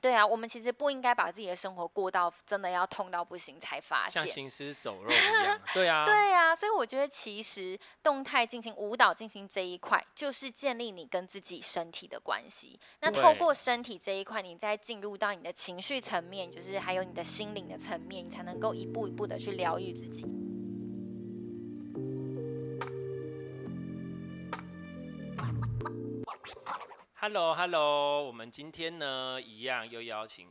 对啊，我们其实不应该把自己的生活过到真的要痛到不行才发现， 像行尸走肉一样。对啊， 对啊，所以我觉得其实动态进行、舞蹈进行这一块，就是建立你跟自己身体的关系。那透过身体这一块，你再进入到你的情绪层面，就是还有你的心灵的层面，你才能够一步一步的去疗愈自己。 Hello， 我们今天呢一样又邀请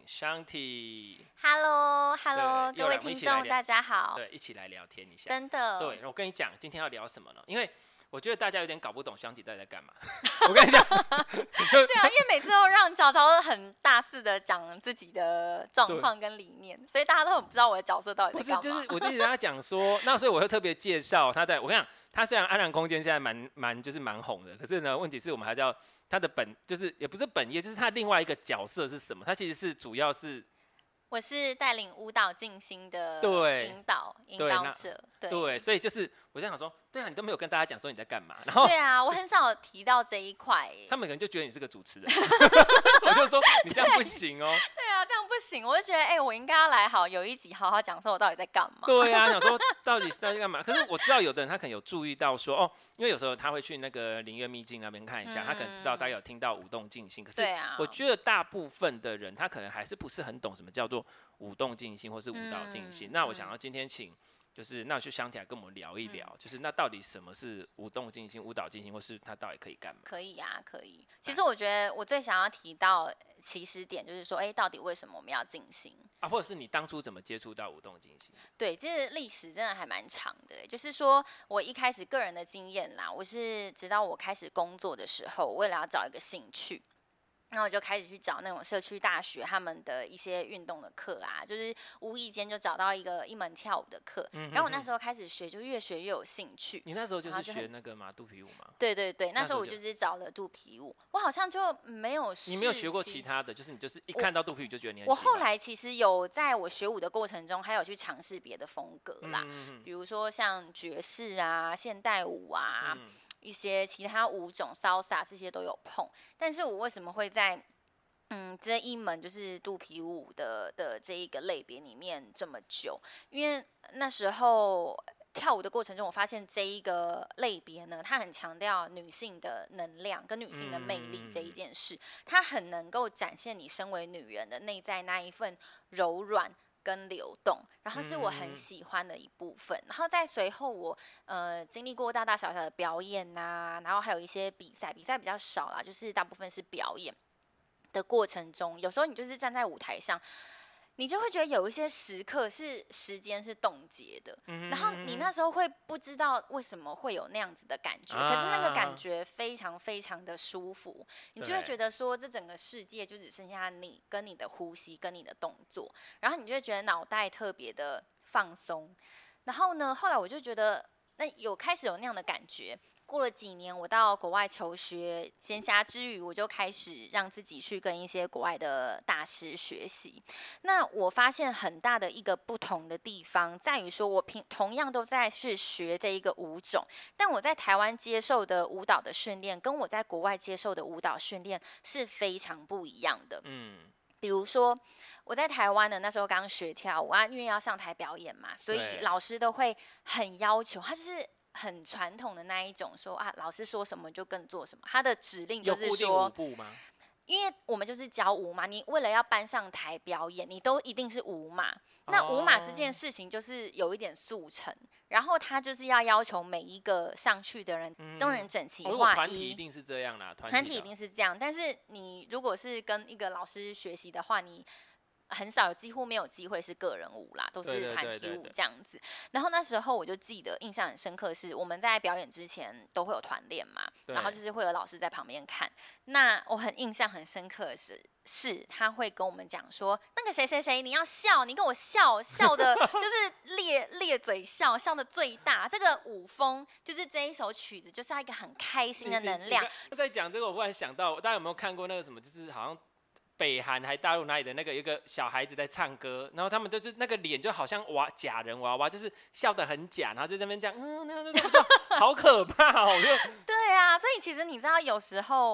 Shanti。Hello， 各位听众，大家好。 对，一起来聊天一下。 真的。 对，我跟你讲，今天要聊什么呢？因为我觉得大家有点搞不懂 Shanti 到底在干嘛。我跟你讲，对啊， 因为每次都让乔乔很大肆的讲自己的状况跟理念，所以大家都很不知道我的角色到底在干嘛。 不是，就是我就一直跟他讲说，那所以我会特别介绍他的。我跟你讲，他虽然安然空间现在蛮红的，可是呢，问题是我们还是要。他的就是也不是本业，就是他另外一个角色是什么？他其实是主要是， 我是带领舞蹈静心的引导者， 对，所以就是我就想说，对啊，你都没有跟大家讲说你在干嘛，然后对啊，我很少提到这一块， 他们可能就觉得你是个主持人，我就说你这样不行哦。 对啊，这样不行，我就觉得我应该要来有一集好好讲说我到底在干嘛。 对啊，想说到底是在干嘛？可是我知道有的人他可能有注意到说因为有时候他会去那个灵悦秘境那边看一下，他可能知道大家有听到舞动静心，可是我觉得大部分的人他可能还是不是很懂什么叫做舞动静心或是舞蹈静心。那我想要今天请那就Shanti来跟我们聊一聊，就是那到底什么是舞动静心、舞蹈静心，或是它到底可以干嘛？ 可以啊，可以。其实我觉得我最想要提到起始点就是说，到底为什么我们要静心啊？或者是你当初怎么接触到舞动静心？ 对，其实历史真的还蛮长的。就是说我一开始个人的经验啦，我是直到我开始工作的时候，为了要找一个兴趣。然后我就开始去找那种社区大学他们的一些运动的课啊，就是无意间就找到一门跳舞的课，然后我那时候开始学，就越学越有兴趣。 你那时候就是学那个肚皮舞吗？ 对对对，那时候我就是找了肚皮舞，我好像就没有你没有学过其他的，就是你就是一看到肚皮舞就觉得你很喜欢。 我后来其实有在我学舞的过程中，还有去尝试别的风格啦，比如说像爵士啊、现代舞啊。一些其他舞种 salsa 这些都有碰，但是我为什么会在这一门就是肚皮舞的这一个类别里面这么久？因为那时候跳舞的过程中，我发现这一个类别呢，它很强调女性的能量跟女性的魅力这一件事，它很能够展现你身为女人的内在那一份柔软跟流动，然后是我很喜欢的一部分。然后在随后我经历过大大小小的表演啊，然后还有一些比赛比较少啦，就是大部分是表演的过程中，有时候你就是站在舞台上，你就会觉得有一些时刻是时间是冻结的，然后你那时候会不知道为什么会有那样子的感觉，可是那个感觉非常非常的舒服，你就会觉得说这整个世界就只剩下你跟你的呼吸跟你的动作，然后你就会觉得脑袋特别的放松。然后呢，后来我就觉得开始有那样的感觉。过了几年，我到国外求学，闲暇之余，我就开始让自己去跟一些国外的大师学习。那我发现很大的一个不同的地方，在于说我同样都在去学这一个舞种，但我在台湾接受的舞蹈的训练，跟我在国外接受的舞蹈训练是非常不一样的。比如说我在台湾的那时候刚学跳舞啊，因为要上台表演嘛，所以老师都会很要求，他就是很传统的那一种说老师说什么就跟做什么，他的指令就是说， 有固定舞步吗？ 因为我们就是教舞嘛，你为了要搬上台表演，你都一定是舞码。那舞码这件事情就是有一点速成，然后他就是要求每一个上去的人都能整齐划一。 团体一定是这样啦， 团体一定是这样，但是你如果是跟一个老师学习的话，你很少几乎没有机会是个人舞啦，都是团体舞这样子。然后那时候我就记得印象很深刻是我们在表演之前都会有团练嘛，然后就是会有老师在旁边看。那我很印象很深刻的是他会跟我们讲说，那个谁谁谁你要笑，你跟我笑的就是咧嘴笑的最大，这个舞风就是这一首曲子就是要一个很开心的能量。 在讲这个我忽然想到，大家有没有看过那个什么，就是好像北韩还大陆哪里的那个一个小孩子在唱歌，然后他们就是那个脸就好像假人娃娃，就是笑得很假，然后就在那边这样，好可怕哦！ 对啊，所以其实你知道有时候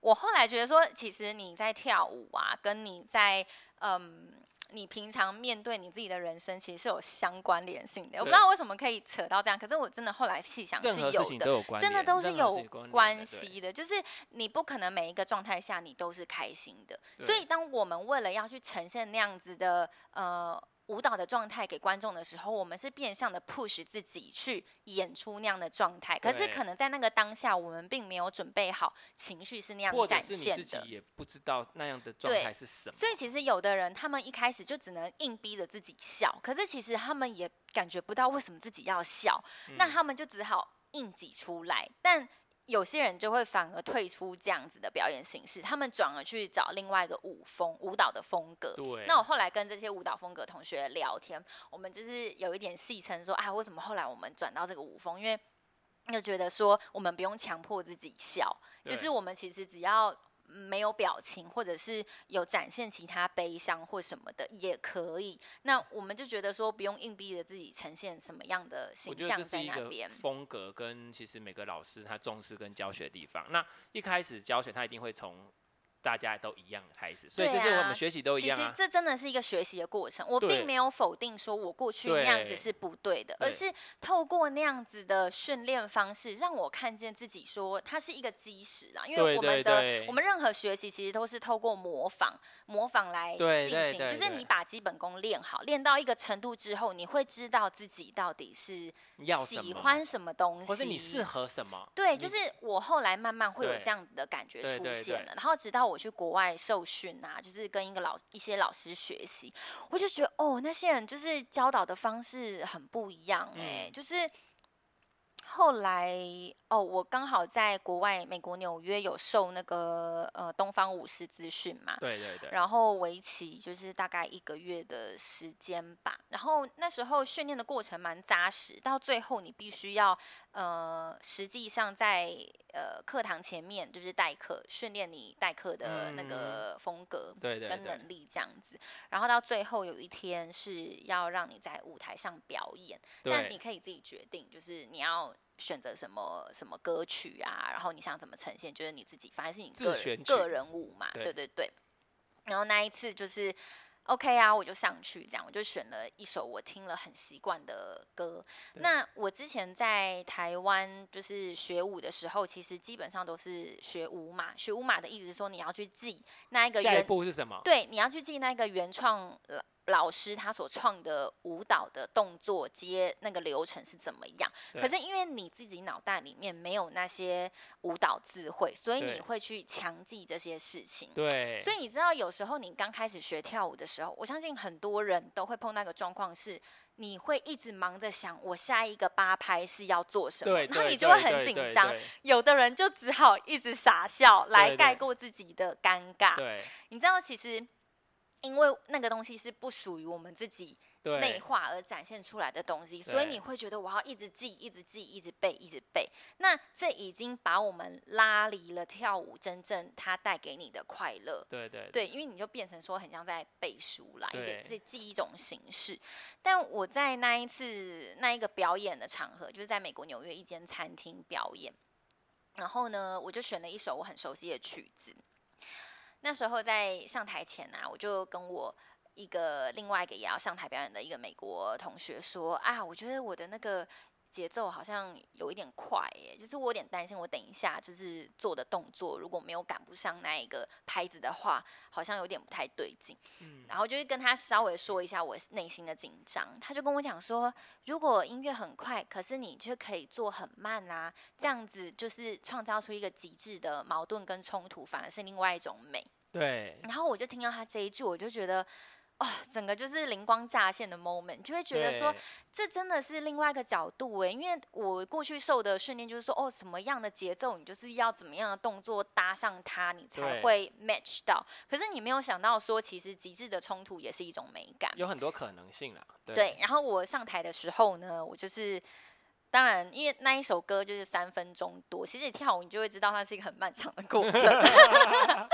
我后来觉得说，其实你在跳舞啊，跟你在你平常面对你自己的人生，其实是有相关联性的。我不知道为什么可以扯到这样，可是我真的后来细想是有的，真的都是有关系的。就是你不可能每一个状态下你都是开心的，所以当我们为了要去呈现那样子的舞蹈的状态给观众的时候，我们是变相的 push 自己去演出那样的状态，可是可能在那个当下，我们并没有准备好情绪是那样展现的，或者是你自己也不知道那样的状态是什么。 所以其实有的人他们一开始就只能硬逼着自己笑，可是其实他们也感觉不到为什么自己要笑，那他们就只好硬挤出来，但有些人就会反而退出这样子的表演形式，他们转而去找另外一个舞蹈的风格。那我后来跟这些舞蹈风格同学聊天，我们就是有一点戏称说，为什么后来我们转到这个舞风？因为就觉得说，我们不用强迫自己笑，就是我们其实只要没有表情，或者是有展现其他悲伤或什么的也可以。那我们就觉得说，不用硬逼着自己呈现什么样的形象在那边。我觉得这是一个风格跟其实每个老师他重视跟教学的地方。那一开始教学他一定会从大家都一样开始，所以这是我们学习都一样其实这真的是一个学习的过程。我并没有否定说我过去那样子是不对的，而是透过那样子的训练方式，让我看见自己说它是一个基石啦。因为我们任何学习其实都是透过模仿来进行，就是你把基本功练好，练到一个程度之后，你会知道自己到底是喜欢什么东西， 或是你适合什么。 对，就是我后来慢慢会有这样子的感觉出现了，然后直到我去国外受训啊，就是跟一些老师学习，我就觉得那些人就是教导的方式很不一样就是后来我刚好在国外美国纽约有受那个东方舞狮资讯嘛， 对， 然后为期就是大概1个月的时间吧，然后那时候训练的过程蛮扎实，到最后你必须要实际上在课堂前面就是代课训练你代课的那个风格跟能力这样子，然后到最后有一天是要让你在舞台上表演，但你可以自己决定，就是你要选择什么歌曲啊，然后你想怎么呈现，就是你自己，反正是你个人舞嘛，对。然后那一次就是OK 啊，我就上去，这样我就选了一首我听了很习惯的歌。那我之前在台湾就是学舞的时候，其实基本上都是学舞码。学舞码的意思是说，你要去记那一个下一步是什么？ 对，你要去记那个原创老师他所创的舞蹈的动作接那个流程是怎么样，可是因为你自己脑袋里面没有那些舞蹈智慧，所以你会去强记这些事情。 对， 所以你知道有时候你刚开始学跳舞的时候，我相信很多人都会碰到一个状况是，你会一直忙着想我下一个8拍是要做什么，然后你就会很紧张。有的人就只好一直傻笑来盖过自己的尴尬。 对， 你知道其实因为那个东西是不属于我们自己内化而展现出来的东西，所以你会觉得我要一直记、一直记、一直背、一直背。那这已经把我们拉离了跳舞真正它带给你的快乐。对，因为你就变成说很像在背书啦，记一种形式。但我在那一个表演的场合，就是在美国纽约一间餐厅表演，然后呢，我就选了一首我很熟悉的曲子。那时候在上台前啊，我就跟我另外一个也要上台表演的一个美国同学说我觉得我的那个节奏好像有一点快耶，就是我有点担心，我等一下就是做的动作如果没有赶不上那一个拍子的话，好像有点不太对劲。然后就是跟他稍微说一下我内心的紧张，他就跟我讲说，如果音乐很快，可是你却可以做很慢啊，这样子就是创造出一个极致的矛盾跟冲突，反而是另外一种美。 对。 然后我就听到他这一句，我就觉得整个就是灵光乍现的 moment， 就会觉得说这真的是另外一个角度因为我过去受的训练就是说什么样的节奏你就是要怎么样的动作搭上它，你才会 match 到。可是你没有想到说，其实极致的冲突也是一种美感， 有很多可能性啦。 对。然后我上台的时候呢，我就是当然，因为那一首歌就是3分钟多，其实你跳舞你就会知道它是一个很漫长的过程。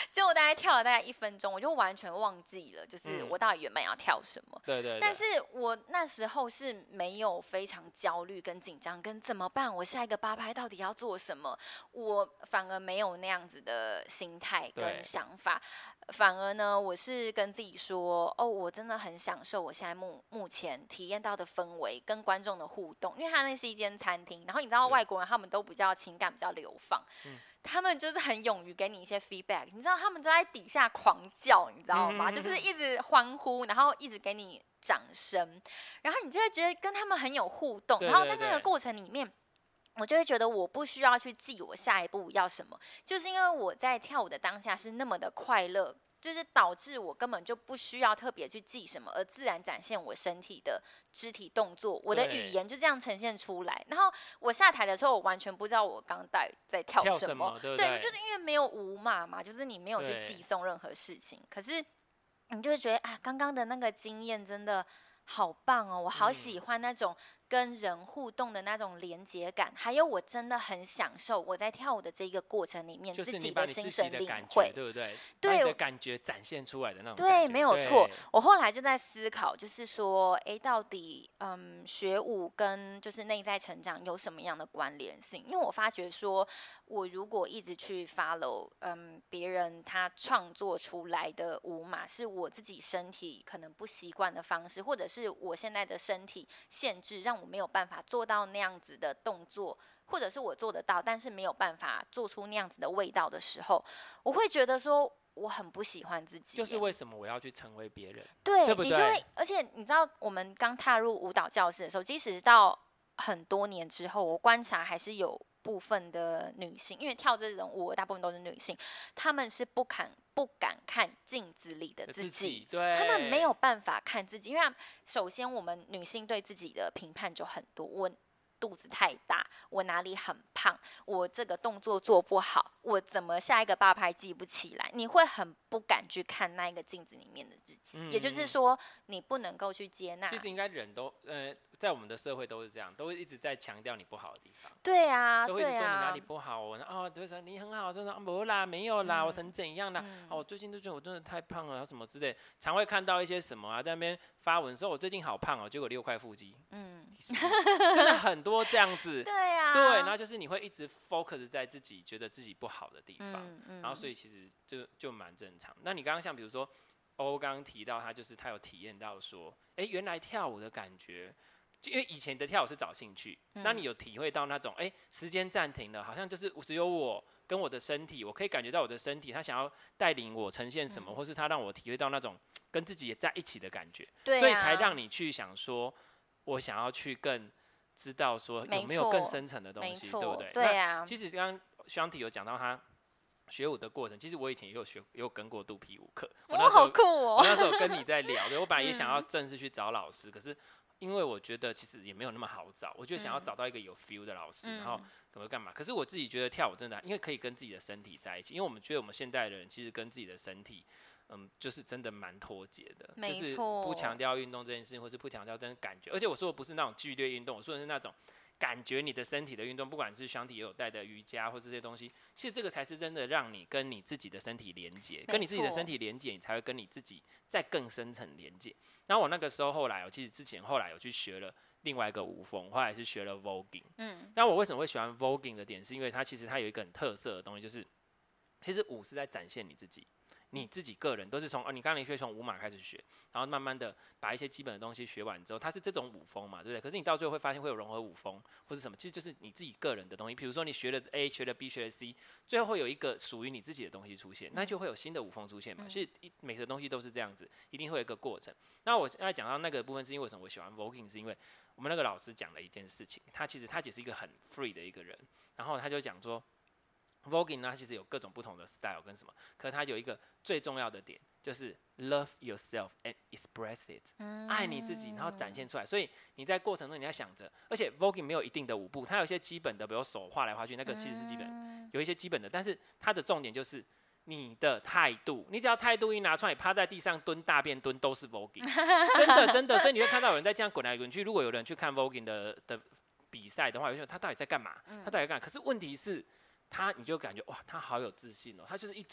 就我大概跳了大概1分钟，我就完全忘记了，就是我到底原本要跳什么。 对。 但是我那时候是没有非常焦虑跟紧张，跟怎么办？我下一个8拍到底要做什么？我反而没有那样子的心态跟想法。反而呢，我是跟自己说，哦，我真的很享受我现在目前体验到的氛围跟观众的互动，因为它那是一间餐厅，然后你知道外国人他们都比较情感比较流放，他们就是很勇于给你一些 feedback， 你知道他们就在底下狂叫，你知道吗？就是一直欢呼，然后一直给你掌声，然后你就会觉得跟他们很有互动，然后在那个过程里面。我就会觉得我不需要去记我下一步要什么，就是因为我在跳舞的当下是那么的快乐，就是导致我根本就不需要特别去记什么，而自然展现我身体的肢体动作，我的语言就这样呈现出来。然后我下台的时候，我完全不知道我刚在跳什么，对，就是因为没有舞码嘛，就是你没有去记诵任何事情，可是你就会觉得啊，刚刚的那个经验真的好棒哦，我好喜欢那种跟人互动的那种连结感，还有我真的很享受我在跳舞的这一个过程里面自己的心神领会， 对不对？对，你的感觉展现出来的那种感觉， 对，没有错。我后来就在思考，就是说，到底学舞跟就是内在成长有什么样的关联性？因为我发觉说，我如果一直去 follow 别人他创作出来的舞码，是我自己身体可能不习惯的方式，或者是我现在的身体限制让我没有办法做到那样子的动作，或者是我做得到，但是没有办法做出那样子的味道的时候，我会觉得说我很不喜欢自己。 就是为什么我要去成为别人？ 对， 不对？ 你就会，而且你知道，我们刚踏入舞蹈教室的时候，即使到很多年之后，我观察还是有部分的女性，因为跳这种舞大部分都是女性，她们是不敢看镜子里的自己， 对， 她们没有办法看自己，因为首先我们女性对自己的评判就很多，我肚子太大，我哪里很胖，我这个动作做不好，我怎么下一个8拍记不起来？你会很不敢去看那一个镜子里面的自己，也就是说，你不能够去接纳。 其实应该人都在我们的社会都是这样，都会一直在强调你不好的地方。 对啊， 就会一直说你哪里不好，就会说你很好，就说没啦，没有啦，我很怎样啦，我最近都觉得我真的太胖了，什么之类，常会看到一些什么啊，在那边发文说我最近好胖哦，结果6块腹肌，真的很多这样子， 对啊， 对，然后就是你会一直 focus 在自己觉得自己不好的地方，然后所以其实就蛮正常。那你刚刚像比如说欧刚刚提到他有体验到说，原来跳舞的感觉。就因为以前的跳舞是找兴趣，那你有体会到那种时间暂停了，好像就是只有我跟我的身体，我可以感觉到我的身体，他想要带领我呈现什么，或是他让我体会到那种跟自己在一起的感觉，所以才让你去想说，我想要去更知道说有没有更深层的东西，对不对？ 对啊。 其实刚刚Shanti有讲到他学舞的过程，其实我以前也有跟过肚皮舞课，我那时候好酷哦！ 我那时候跟你在聊，对，我本来也想要正式去找老师，可是。因为我觉得其实也没有那么好找，我觉得想要找到一个有 feel 的老师，然后可能干嘛？可是我自己觉得跳舞真的，因为可以跟自己的身体在一起，因为我们觉得我们现代的人其实跟自己的身体，就是真的蛮脱节的，就是不强调运动这件事情，或是不强调这种感觉。而且我说的不是那种剧烈运动，我说的是那种感觉你的身体的运动，不管是Shanti也有带的瑜伽或这些东西，其实这个才是真的让你跟你自己的身体连接，跟你自己的身体连接，你才会跟你自己再更深层连接。然后我那个时候后来，我其实之前后来有去学了另外一个舞风，后来是学了 voguing。那我为什么会喜欢 voguing 的点，是因为它有一个很特色的东西，就是其实舞是在展现你自己。你自己个人都是从你刚刚从舞码开始学，然后慢慢的把一些基本的东西学完之后，它是这种舞风嘛，对不对？可是你到最后会发现会有融合舞风或是什么，其实就是你自己个人的东西。比如说你学了 A， 学了 B， 学了 C， 最后会有一个属于你自己的东西出现，那就会有新的舞风出现嘛。其实每个东西都是这样子，一定会有一个过程。那我现在讲到那个部分，是因为为什么我喜欢 voguing， 是因为我们那个老师讲了一件事情，他其实也是一个很 free 的一个人，然后他就讲说。voguing 呢，其实有各种不同的 style 跟什么，可是它有一个最重要的点，就是 love yourself and express it，爱你自己，然后展现出来。所以你在过程中你要想着，而且 voguing 没有一定的舞步，它有一些基本的，比如手画来画去，那个其实是基本，有一些基本的，但是它的重点就是你的态度，你只要态度一拿出来，趴在地上蹲大便蹲都是 voguing， 真的，所以你会看到有人在这样滚来滚去。如果有人去看 voguing 的比赛的话，有些人他到底在干嘛？他到底在干嘛？可是问题是。你就感觉哇，他好有自信哦，他就是一种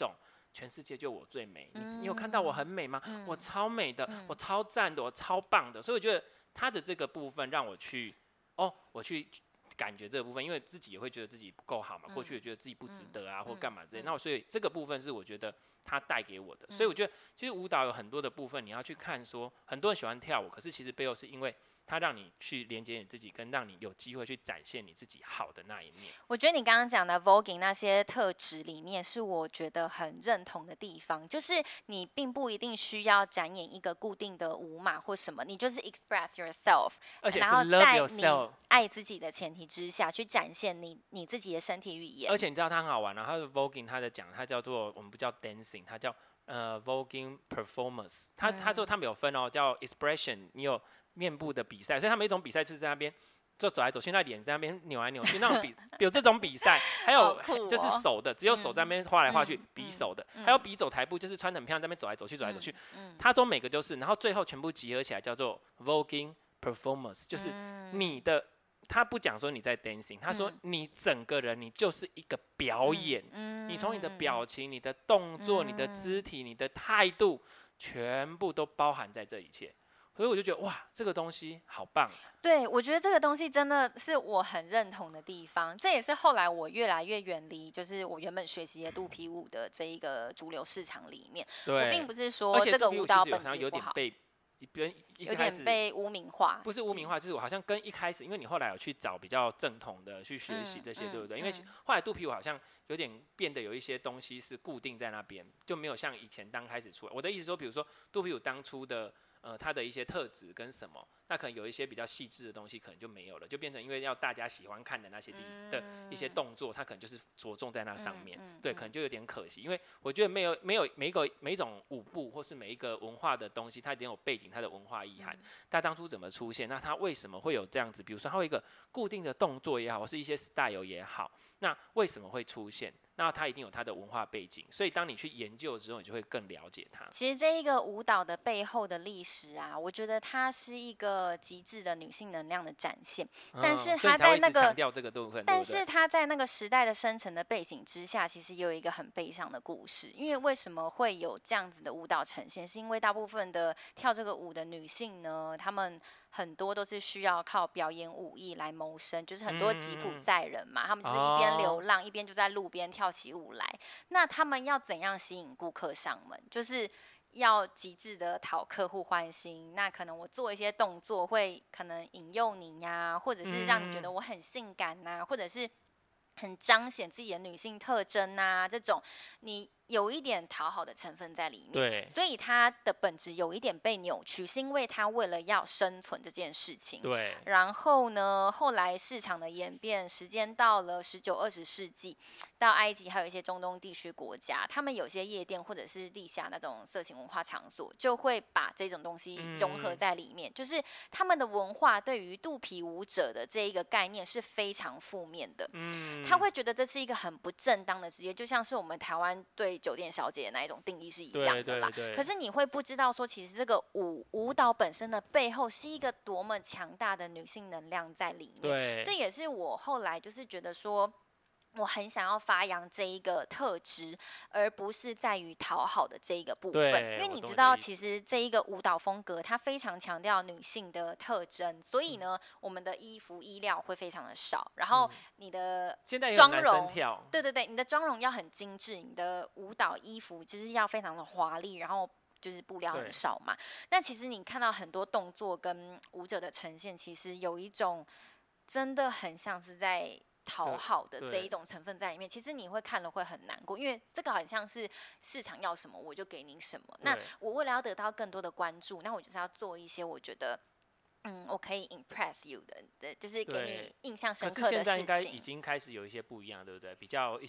全世界就我最美，你有看到我很美吗？我超美的，我超赞的，我超棒的。所以我觉得他的这个部分让我去感觉这个部分，因为自己也会觉得自己不够好嘛，过去也觉得自己不值得啊，或干嘛之类。那所以这个部分是我觉得他带给我的。所以我觉得其实舞蹈有很多的部分，你要去看说，很多人喜欢跳舞，可是其实背后是因为它让你去连接你自己，跟让你有机会去展现你自己好的那一面。 我觉得你刚刚讲的 voguing 那些特质里面，是我觉得很认同的地方，就是你并不一定需要展演一个固定的舞码或什么，你就是 express yourself， 而且是然后 love 在你 yourself， 爱自己的前提之下去展现你自己的身体语言。 而且你知道它很好玩啊，它的 voguing 它叫做我们不叫 dancing， 它叫voguing performance， 它们有分哦，叫 expression， 你有面部的比赛，所以他们一种比赛就是在那边就走来走去，那脸在那边扭来扭去，那种有这种比赛，还有就是手的，只有手在那边画来画去比手的，还有比走台步，就是穿得很漂亮在那边走来走去，它都每个就是，然后最后全部集合起来叫做 voguing performance， 就是你的。他不讲说你在 dancing， 他说你整个人你就是一个表演，你从你的表情、你的动作、你的肢体、你的态度，全部都包含在这一切。所以我就觉得哇，这个东西好棒。 对，我觉得这个东西真的是我很认同的地方，这也是后来我越来越远离，就是我原本学习的肚皮舞的这一个主流市场里面。我并不是说这个舞蹈本质不好。有点被污名化， 不是污名化，就是我好像跟一开始，因为你后来有去找比较正统的去学习这些，对不对？因为后来肚皮舞好像有点变得有一些东西是固定在那边，就没有像以前刚开始出来。我的意思说，比如说肚皮舞当初的它的一些特质跟什么，那可能有一些比较细致的东西可能就没有了，就变成因为要大家喜欢看的那些的一些动作，它可能就是着重在那上面，对，可能就有点可惜。因为我觉得没有每一种舞步或是每一个文化的东西，它一定有背景，它的文化意涵。它当初怎么出现？那它为什么会有这样子？比如说它有一个固定的动作也好，或是一些 style 也好，那为什么会出现？那它一定有它的文化背景，所以当你去研究之后，你就会更了解它。 其实这一个舞蹈的背后的历史啊，我觉得它是一个极致的女性能量的展现。但是它在那个，但是它在那个时代的生成的背景之下，其实有一个很悲伤的故事。因为为什么会有这样子的舞蹈呈现？是因为大部分的跳这个舞的女性呢，她们很多都是需要靠表演武艺来谋生，就是很多吉普赛人嘛，他们就是一边流浪，一边就在路边跳起舞来。那他们要怎样吸引顾客上门？就是要极致的讨客户欢心。那可能我做一些动作会可能引诱你呀，或者是让你觉得我很性感呐，或者是很彰显自己的女性特征啊，这种你有一点讨好的成分在里面， 对， 所以它的本质有一点被扭曲，是因为它为了要生存这件事情。 对。 然后呢，后来市场的演变，时间到了19、20世纪，到埃及还有一些中东地区国家，他们有些夜店或者是地下那种色情文化场所，就会把这种东西融合在里面，就是他们的文化对于肚皮舞者的这一个概念是非常负面的。他会觉得这是一个很不正当的职业，就像是我们台湾对酒店小姐的那一种定义是一样的啦。可是你会不知道说，其实这个舞蹈本身的背后是一个多么强大的女性能量在里面。这也是我后来就是觉得说，我很想要发扬这一个特质，而不是在于讨好的这一个部分。因为你知道，其实这一个舞蹈风格它非常强调女性的特征，所以呢，我们的衣服衣料会非常的少，然后你的妆容，对，你的妆容要很精致，你的舞蹈衣服就是要非常的华丽，然后就是布料很少嘛。那其实你看到很多动作跟舞者的呈现，其实有一种真的很像是在讨好的这一种成分在里面，其实你会看了会很难过，因为这个好像是市场要什么我就给你什么。那我为了要得到更多的关注，那我就是要做一些我觉得我可以 impress you 的，就是给你印象深刻的事情。 可是现在应该已经开始有一些不一样，对不对？比较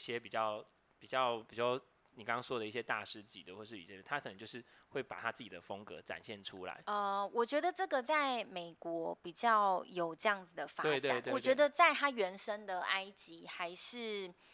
你刚刚说的一些大师级的，或是一些他可能就是会把他自己的风格展现出来。 我觉得这个在美国比较有这样子的发展。 对， 我觉得在他原生的埃及还是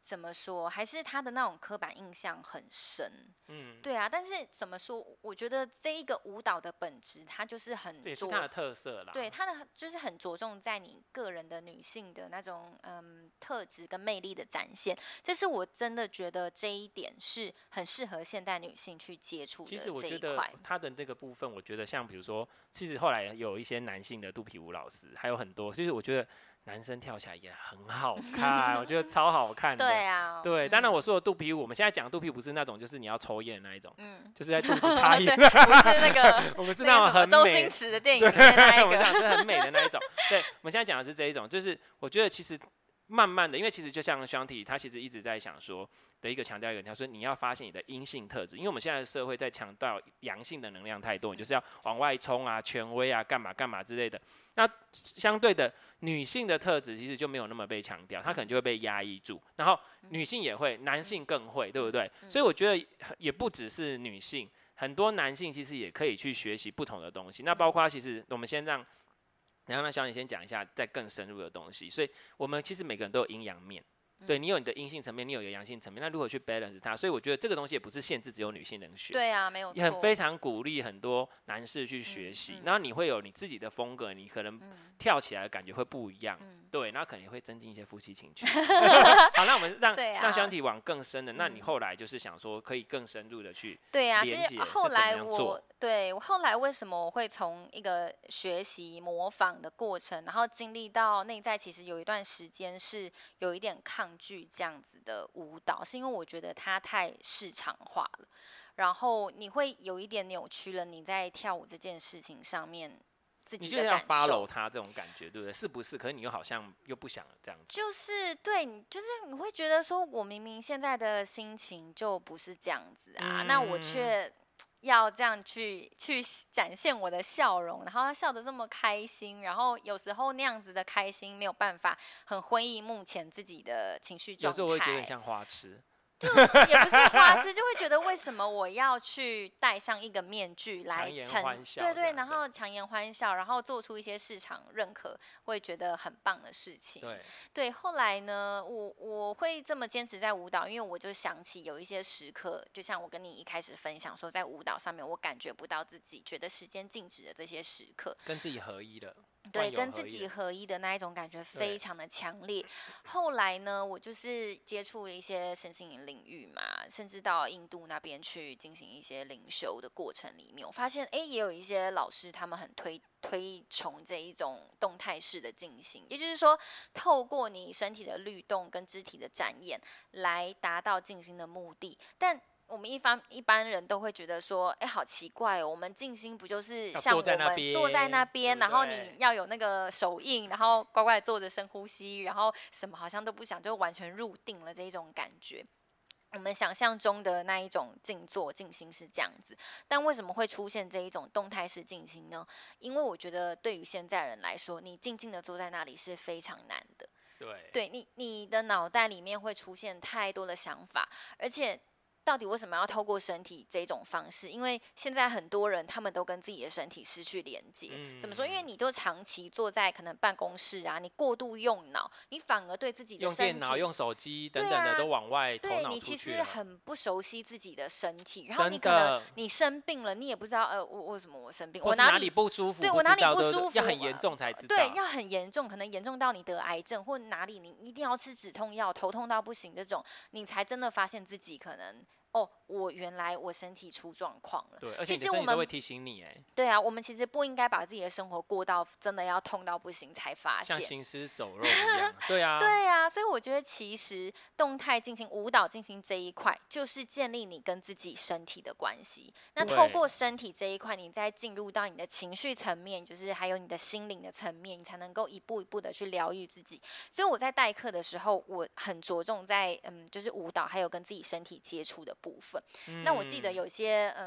怎么说，还是他的那种刻板印象很深。对啊，但是怎么说，我觉得这一个舞蹈的本质，它就是很这也是它的特色啦。 对，它的就是很着重在你个人的女性的那种特质跟魅力的展现。这是我真的觉得这一点是很适合现代女性去接触的这一块。 其实我觉得它的这个部分，我觉得像比如说，其实后来有一些男性的肚皮舞老师，还有很多，其实我觉得。男生跳起来也很好看，我觉得超好看的。 对啊， 对，当然我说的肚皮舞，我们现在讲的肚皮舞不是那种，就是你要抽烟的那一种，就是在肚子插烟， 不是那个， 我们是那种很美周星驰的电影里面那一个， 我们讲的是很美的那一种。对，我们现在讲的是这一种，就是我觉得其实慢慢的，因为其实就像香缇，他其实一直在想说的一个强调一个，他说你要发现你的阴性特质，因为我们现在的社会在强调阳性的能量太多，你就是要往外冲啊、权威啊、干嘛干嘛之类的。那相对的女性的特质其实就没有那么被强调，她可能就会被压抑住。然后女性也会，男性更会，对不对？所以我觉得也不只是女性，很多男性其实也可以去学习不同的东西。那包括其实我们先让小李先讲一下再更深入的东西。所以我们其实每个人都有阴阳面。对，你有你的阴性层面，你有你的阳性层面，那如何去 balance 它？所以我觉得这个东西也不是限制只有女性能学。 对啊，没有错。 也很非常鼓励很多男士去学习，然后你会有你自己的风格，你可能跳起来的感觉会不一样。对，然后可能也会增进一些夫妻情趣。好，那我们让香缇往更深的，那你后来就是想说可以更深入的去连接， 后来我后来为什么我会从一个学习模仿的过程，然后经历到内在，其实有一段时间是有一点抗拒这样子的舞蹈，是因为我觉得它太市场化了，然后你会有一点扭曲了你在跳舞这件事情上面自己的感受。 你就是要 follow 它这种感觉，对不对？是不是？可是你又好像又不想这样子。 就是对，就是你会觉得说，我明明现在的心情就不是这样子啊，那我却要这样去展现我的笑容，然后他笑得这么开心，然后有时候那样子的开心没有办法很回应目前自己的情绪状态。 有时候我会觉得很像花痴。 就也不是花痴，就会觉得为什么我要去戴上一个面具来对，然后强颜欢笑，然后做出一些市场认可会觉得很棒的事情。对，后来呢，我会这么坚持在舞蹈，因为我就想起有一些时刻，就像我跟你一开始分享说，在舞蹈上面我感觉不到自己，觉得时间静止的这些时刻， 跟自己合一了。 对，跟自己合一的那一种感觉非常的强烈。后来呢，我就是接触了一些身心灵领域嘛，甚至到印度那边去进行一些灵修的过程里面，我发现也有一些老师他们很推崇这一种动态式的进行，也就是说，透过你身体的律动跟肢体的展演来达到静心的目的，但我们一般人都会觉得说，好奇怪哦，我们静心不就是像我们坐在那边，然后你要有那个手印，然后乖乖坐着深呼吸，然后什么好像都不想，就完全入定了这一种感觉。我们想象中的那一种静坐静心是这样子，但为什么会出现这一种动态式静心呢？因为我觉得对于现在人来说，你静静的坐在那里是非常难的。对，你的脑袋里面会出现太多的想法，而且到底为什么要透过身体这种方式？因为现在很多人他们都跟自己的身体失去连接。怎么说？因为你都长期坐在可能办公室啊，你过度用脑，你反而对自己的身体、 用电脑、用手机等等的都往外头脑出去了。 对，你其实很不熟悉自己的身体，然后你可能你生病了，你也不知道为什么我生病，我哪里不舒服？ 对，我哪里不舒服？ 要很严重才知道。 对，要很严重，可能严重到你得癌症，或哪里你一定要吃止痛药，头痛到不行这种，你才真的发现自己可能。我原来我身体出状况了。 对，而且你的身体都会提醒你对啊，我们其实不应该把自己的生活过到真的要痛到不行才发现， 像行尸走肉一样。对啊， 对啊，所以我觉得其实动态进行舞蹈进行这一块，就是建立你跟自己身体的关系。那透过身体这一块，你再进入到你的情绪层面，就是还有你的心灵的层面，你才能够一步一步的去疗愈自己。所以我在代课的时候，我很着重在就是舞蹈还有跟自己身体接触的部分。那我记得有些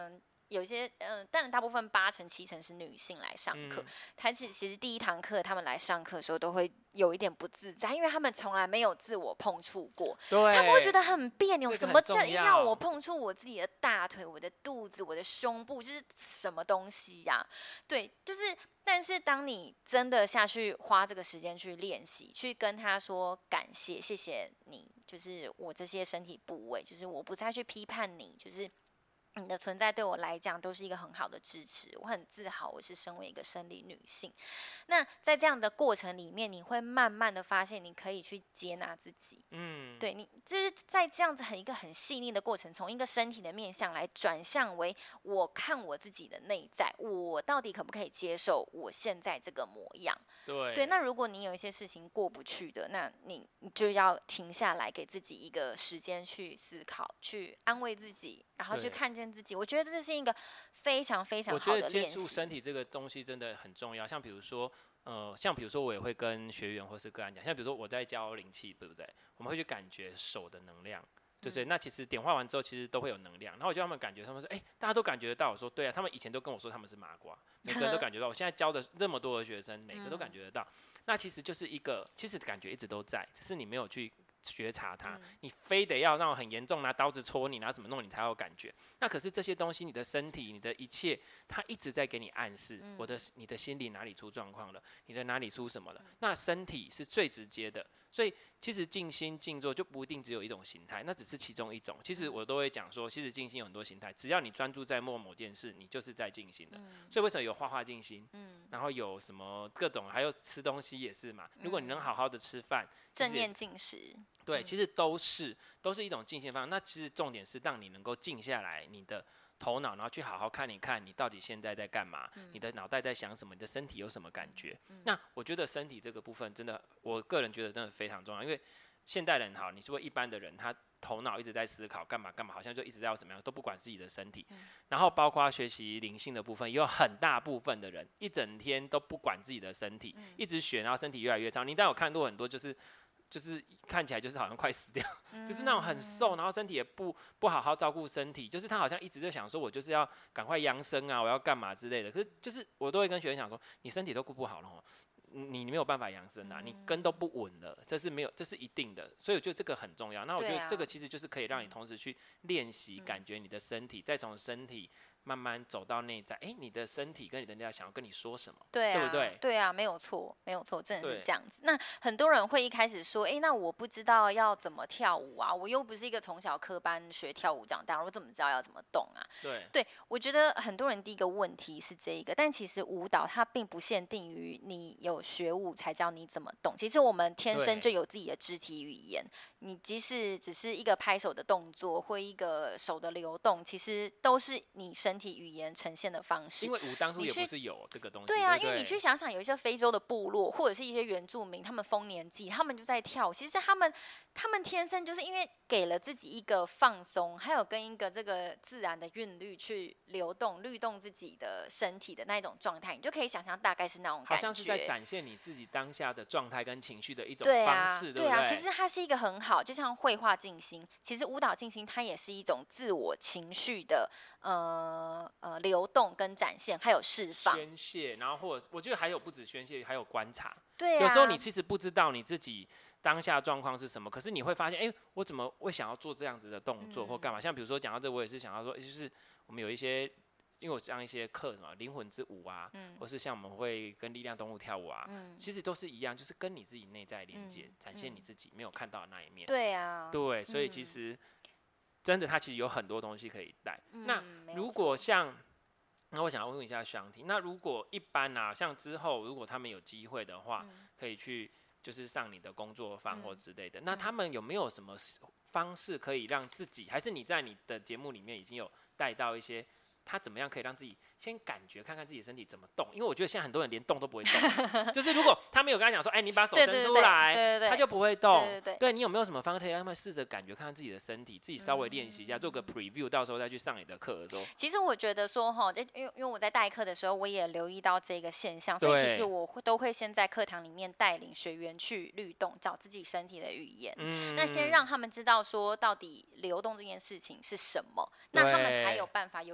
有些当然大部分8成7成是女性来上课，他其实第一堂课他们来上课的时候都会有一点不自在，因为他们从来没有自我碰触过，他们会觉得很别扭，什么这要我碰触我自己的大腿、我的肚子、我的胸部，就是什么东西呀？对，就是。但是当你真的下去花这个时间去练习，去跟他说感谢，谢谢你，就是我这些身体部位，就是我不再去批判你，就是你的存在对我来讲都是一个很好的支持，我很自豪我是身为一个生理女性。那在这样的过程里面，你会慢慢的发现你可以去接纳自己，对，你就是在这样子一个很细腻的过程，从一个身体的面向来转向为我看我自己的内在，我到底可不可以接受我现在这个模样。对，那如果你有一些事情过不去的，那你就要停下来，给自己一个时间去思考，去安慰自己，然后去看见自己。我觉得这是一个非常非常好的练习。 我觉得接触身体这个东西真的很重要。像比如说我也会跟学员或是个案讲，像比如说我在教灵气，对不对？我们会去感觉手的能量。对，那其实点化完之后，其实都会有能量。然后我叫他们感觉，他们说，大家都感觉得到。我说，对啊，他们以前都跟我说他们是麻瓜，每个人都感觉到。我现在教的那么多的学生，每个都感觉得到。那其实就是一个，其实感觉一直都在，只是你没有去觉察它，你非得要那种很严重拿刀子戳你，拿什么弄你才有感觉。那可是这些东西，你的身体，你的一切，它一直在给你暗示，你的心里哪里出状况了，你的哪里出什么了。那身体是最直接的，所以其实静心静坐就不一定只有一种形态，那只是其中一种。其实我都会讲说，其实静心有很多形态，只要你专注在某件事，你就是在静心的。所以为什么有画画静心？然后有什么各种，还有吃东西也是嘛。如果你能好好的吃饭， 正念进食， 对，其实都是一种静心方法。那其实重点是让你能够静下来，你的头脑，然后去好好看你到底现在在干嘛，你的脑袋在想什么，你的身体有什么感觉。那我觉得身体这个部分真的，我个人觉得真的非常重要，因为现代人好，你说一般的人他头脑一直在思考干嘛，好像就一直在怎么样，都不管自己的身体。然后包括学习灵性的部分，也有很大部分的人一整天都不管自己的身体，一直学，然后身体越来越差。你当然有看过很多就是看起来就是好像快死掉，就是那种很瘦，然后身体也不好好照顾身体，就是他好像一直就想说，我就是要赶快扬升啊，我要干嘛之类的。可是就是我都会跟学生讲说，你身体都顾不好了吼，你没有办法扬升啊，你根都不稳了，这是一定的。所以我觉得这个很重要。那我觉得这个其实就是可以让你同时去练习，感觉你的身体，再从身体慢慢走到内在，你的身体跟你的内在想要跟你说什么， 对不对？ 对啊，没有错，真的是这样子。那很多人会一开始说，那我不知道要怎么跳舞啊，我又不是一个从小科班学跳舞长大，我怎么知道要怎么动啊？对，我觉得很多人第一个问题是这个，但其实舞蹈它并不限定于你有学舞才教你怎么动，其实我们天生就有自己的肢体语言。你即使只是一个拍手的动作或一个手的流动，其实都是你身体语言呈现的方式。 因为舞当初也不是有这个东西。 对啊， 对， 因为你去想想，有一些非洲的部落或者是一些原住民，他们丰年祭，他们就在跳。其实他们天生就是因为给了自己一个放松，还有跟一个这个自然的韵律去流动、律动自己的身体的那一种状态，你就可以想象大概是那种感觉。 好像是在展现你自己当下的状态跟情绪的一种方式， 对啊，其实它是一个很好，就像绘画静心，其实舞蹈静心它也是一种自我情绪的流动跟展现，还有释放、 宣泄，然后或者我觉得还有不止宣泄，还有观察。 对啊， 有时候你其实不知道你自己当下状况是什么，可是你会发现，我怎么会想要做这样子的动作或干嘛？像比如说讲到这，我也是想要说，就是我们有一些，因为我上一些课什么灵魂之舞啊，或是像我们会跟力量动物跳舞啊，其实都是一样，就是跟你自己内在连接，展现你自己没有看到的那一面。 对啊， 对，所以其实真的它其实有很多东西可以带。那如果像那我想要问一下香缇，那如果一般啊，像之后如果他们有机会的话，可以去就是上你的工作坊或之类的，那他们有没有什么方式可以让自己，还是你在你的节目里面已经有带到一些，他怎么样可以让自己先感觉看看自己的身体怎么动？因为我觉得现在很多人连动都不会动，就是如果他没有跟他讲说，你把手伸出来，他就不会动。对，你有没有什么方法可以让他们试着感觉看看自己的身体，自己稍微练习一下，做个 preview， 到时候再去上你的课的时候。 其实我觉得说哈，因为我在代课的时候，我也留意到这个现象，所以其实我都会先在课堂里面带领学员去律动，找自己身体的语言。那先让他们知道说到底流动这件事情是什么，那他们才有办法有机会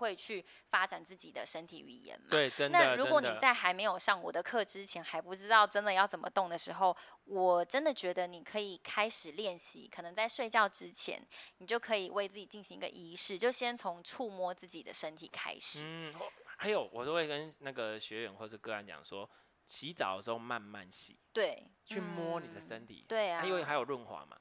会去发展自己的身体语言嘛。 对，真的。 那如果你在还没有上我的课之前，还不知道真的要怎么动的时候，我真的觉得你可以开始练习，可能在睡觉之前，你就可以为自己进行一个仪式，就先从触摸自己的身体开始。 还有我都会跟那个学员或是个案讲说，洗澡的时候慢慢洗。 对， 去摸你的身体， 对啊， 因为还有润滑嘛，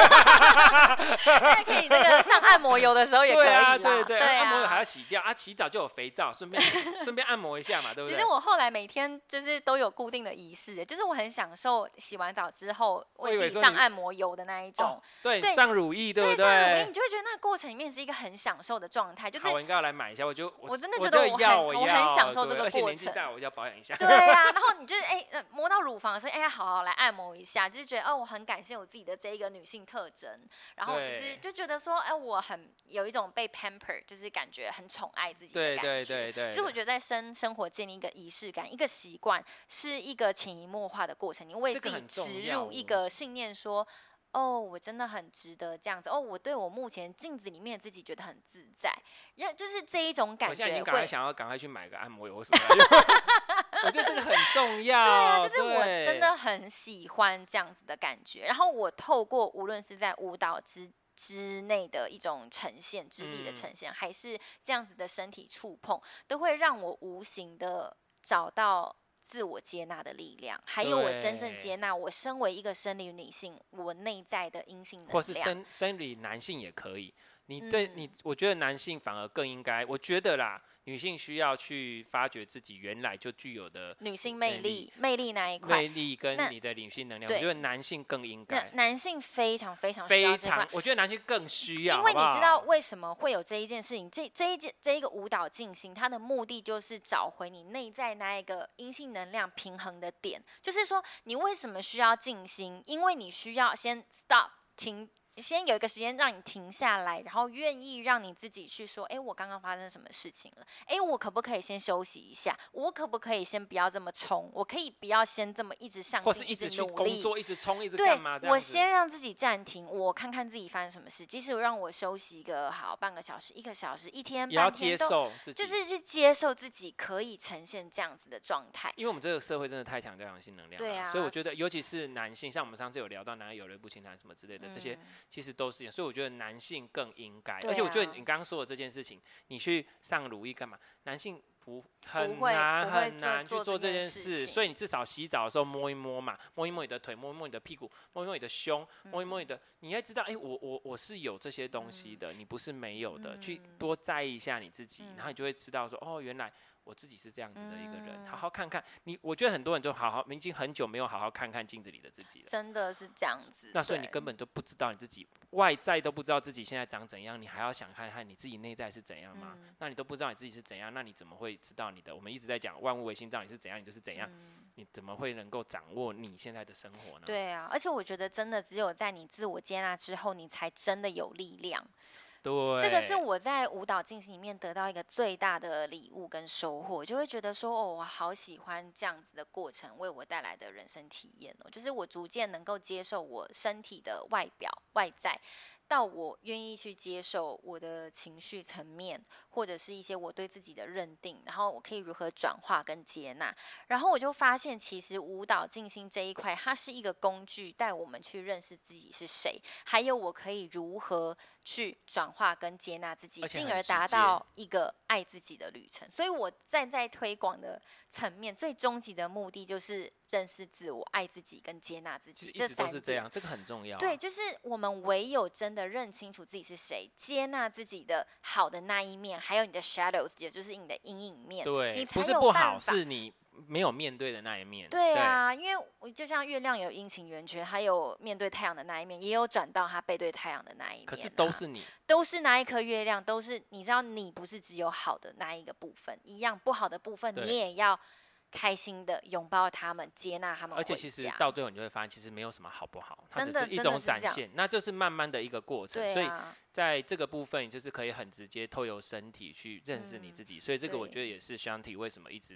那可以那个上按摩油的时候也可以啦， 对，按摩油还要洗掉啊，洗澡就有肥皂，顺便按摩一下嘛，对不对？ 其实我后来每天就是都有固定的仪式，就是我很享受洗完澡之后为自己上按摩油的那一种， 对，上乳液，对不对？ 上乳液，你就会觉得那个过程里面是一个很享受的状态，就是我应该要来买一下，我真的觉得我很享受这个过程，而且年纪大我就要保养一下， 对啊，然后你就是摸到乳房的时候，好来按摩一下，就觉得我很感谢我自己的这一个女性特征，然后就觉得说我很有一种被 pamper， 就是感觉很宠爱自己的感觉。对。其实我觉得在生活建立一个仪式感，一个习惯，是一个潜移默化的过程。你为自己植入一个信念说，我真的很值得这样子。我对我目前镜子里面的自己觉得很自在，就是这一种感觉。 我现在已经想要赶快去买个按摩油什么的。我觉得这个很重要。对啊，就是我真的很喜欢这样子的感觉。然后我透过无论是在舞蹈之内的一种呈现，肢体的呈现，还是这样子的身体触碰，都会让我无形的找到自我接纳的力量，还有我真正接纳我身为一个生理女性，我内在的阴性能量， 或是生理男性也可以。我觉得男性反而更应该，我觉得啦，女性需要去发掘自己原来就具有的女性魅力那一块， 魅力跟你的女性能量，我觉得男性更应该。 男性非常非常需要这块， 我觉得男性更需要， 因为你知道为什么会有这一件事情？这一个舞蹈进行，它的目的就是找回你内在那一个阴性能量平衡的点，就是说你为什么需要静心？因为你需要先 stop 停。先有一个时间让你停下来，然后愿意让你自己去说，我刚刚发生什么事情了？我可不可以先休息一下？我可不可以先不要这么冲？我可以不要先这么一直上进， 或是一直去工作，一直冲，一直干嘛？ 对，我先让自己暂停，我看看自己发生什么事。即使让我休息一个半个小时、1个小时、1天、半天， 也要接受自己， 就是去接受自己可以呈现这样子的状态。 因为我们这个社会真的太强调阳性能量了， 对啊， 所以我觉得，尤其是男性，像我们上次有聊到男人有泪不轻弹什么之类的，这些其实都是。所以我觉得男性更应该，而且我觉得你刚刚说的这件事情，你去上乳液干嘛？男性很难去做这件事，所以你至少洗澡的时候摸一摸嘛，摸一摸你的腿，摸一摸你的屁股，摸一摸你的胸，摸一摸你的，你要知道，我是有这些东西的，你不是没有的，去多在意一下你自己，然后你就会知道说，原来我自己是这样子的一个人，好好看看你。我觉得很多人就已经很久没有好好看看镜子里的自己了， 真的是这样子。 那所以你根本就不知道你自己外在都不知道自己现在长怎样，你还要想看看你自己内在是怎样吗？那你都不知道你自己是怎样，那你怎么会知道你的？我们一直在讲万物唯心造，你是怎样，你就是怎样。你怎么会能够掌握你现在的生活呢？ 对啊，而且我觉得真的只有在你自我接纳之后，你才真的有力量。 对， 这个是我在舞蹈进行里面得到一个最大的礼物跟收获，就会觉得说，我好喜欢这样子的过程为我带来的人生体验就是我逐渐能够接受我身体的外表外在，到我愿意去接受我的情绪层面，或者是一些我对自己的认定，然后我可以如何转化跟接纳。然后我就发现，其实舞蹈静心这一块，它是一个工具，带我们去认识自己是谁，还有我可以如何去转化跟接纳自己，进而达到一个爱自己的旅程。所以我站在推广的层面，最终极的目的就是认识自我、爱自己跟接纳自己。 一直都是这样，这个很重要。 对，就是我们唯有真的认清楚自己是谁，接纳自己的好的那一面，还有你的 shadows， 也就是你的阴影面。 对， 你才有办法， 不是不好，是你没有面对的那一面。 对啊，因为就像月亮有阴晴圆缺，还有面对太阳的那一面，也有转到它背对太阳的那一面。 可是都是你， 都是那一颗月亮，都是你知道，你不是只有好的那一个部分，一样不好的部分你也要开心的拥抱他们，接纳他们。 而且其实到最后你就会发现，其实没有什么好不好，它只是一种展现，那就是慢慢的一个过程。所以在这个部分，你就是可以很直接透由身体去认识你自己。所以这个我觉得也是Shanti为什么一直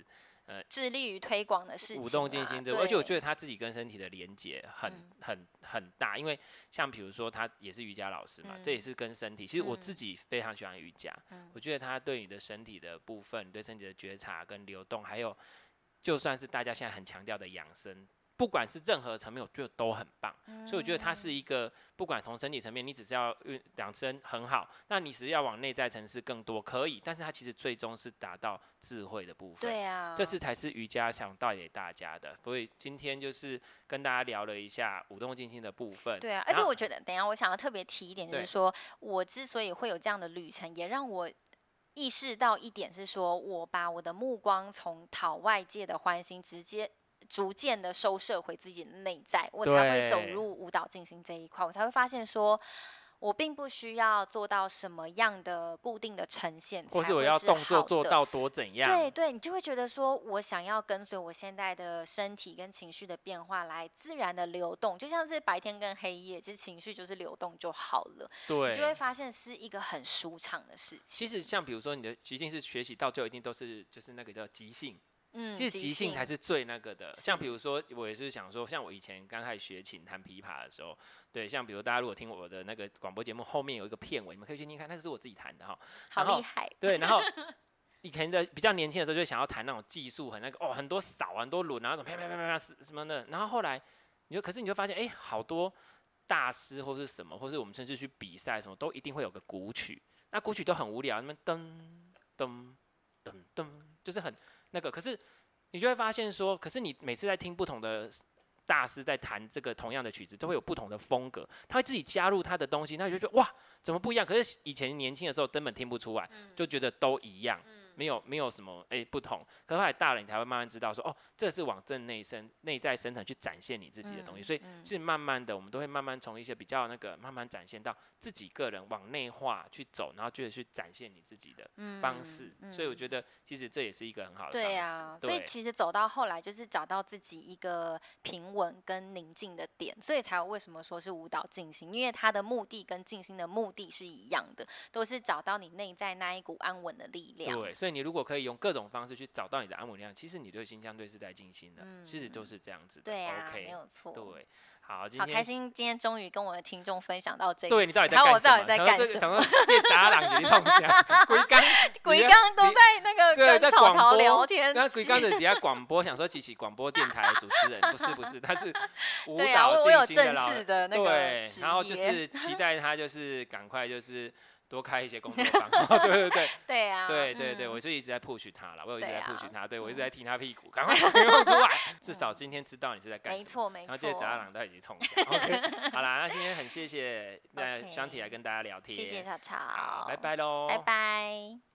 致力于推广的事情， 舞动静心而且我觉得他自己跟身体的连结很大，因为像比如说他也是瑜伽老师嘛，这也是跟身体。其实我自己非常喜欢瑜伽，我觉得他对你的身体的部分，对身体的觉察跟流动，还有就算是大家现在很强调的养生。不管是任何层面，我觉得都很棒，所以我觉得它是一个，不管从身体层面，你只是要养生很好，那你只是要往内在层次更多可以，但是它其实最终是达到智慧的部分， 对啊， 这才是瑜伽想带给大家的。所以今天就是跟大家聊了一下舞动静心的部分， 对啊，而且我觉得，等一下我想要特别提一点，就是说我之所以会有这样的旅程，也让我意识到一点是说，我把我的目光从讨外界的欢心逐渐的收摄回自己的内在，我才会走入舞蹈静心这一块，我才会发现说，我并不需要做到什么样的固定的呈现， 或是我要动作做到多怎样， 对对，你就会觉得说，我想要跟随我现在的身体跟情绪的变化来自然的流动，就像是白天跟黑夜，其实情绪就是流动就好了， 对， 你就会发现是一个很舒畅的事情。 其实像比如说你的即兴是学习到最后一定都是就是那个叫即兴。其实即兴才是最那个的，像比如说，我也是想说，像我以前刚开始学琴弹琵琶的时候，对，像比如大家如果听我的那个广播节目后面有一个片尾，你们可以去听看，那个是我自己弹的哈， 好厉害。 对，然后以前的比较年轻的时候，就想要弹那种技术很那个很多扫很多轮，然后啪啪啪啪啪什么的，然后后来可是你就发现，好多大师或是什么，或是我们甚至去比赛什么，都一定会有个鼓曲，那鼓曲都很无聊，那么噔噔噔噔，就是很。那个，可是你就会发现说，可是你每次在听不同的大师在弹这个同样的曲子，都会有不同的风格，他会自己加入他的东西，那你就觉得哇，怎么不一样？可是以前年轻的时候根本听不出来，就觉得都一样，没有什么不同。可是后来大了，你才会慢慢知道说，这是往正内在深层去展现你自己的东西。所以是慢慢的，我们都会慢慢从一些比较那个慢慢展现到自己个人往内化去走，然后去展现你自己的方式。所以我觉得其实这也是一个很好的方式。 对啊，所以其实走到后来就是找到自己一个平稳跟宁静的点，所以才有为什么说是舞蹈静心，因为它的目的跟静心的目的是一样的，都是找到你内在那一股安稳的力量。 对，所以你如果可以用各种方式去找到你的安稳力量，其实你对心相对是在静心的，其实都是这样子的。 对啊， OK， 没有错。 对，好开心，今天终于跟我的听众分享到这一集。 对，你到底在干什么？ 我到底在干什么？ 这杂人就是创啥？ 规刚都在那个跟草草聊天。 那规刚的底下广播，想说其实广播电台的主持人，不是，他是舞蹈静心的对啊，我有正式的那个对，然后就是期待他就是赶快就是多开一些工作坊。对对啊， 对，我就一直在 push 他了，我有一直在 push 他，对我一直在踢他屁股，赶快用出来。至少今天知道你是在干什么。 没错。 然后这些杂人都已经冲下。OK， 好啦，那今天很谢谢Shanti 来跟大家聊天， 谢谢小曹， 好，拜拜喽， 拜拜。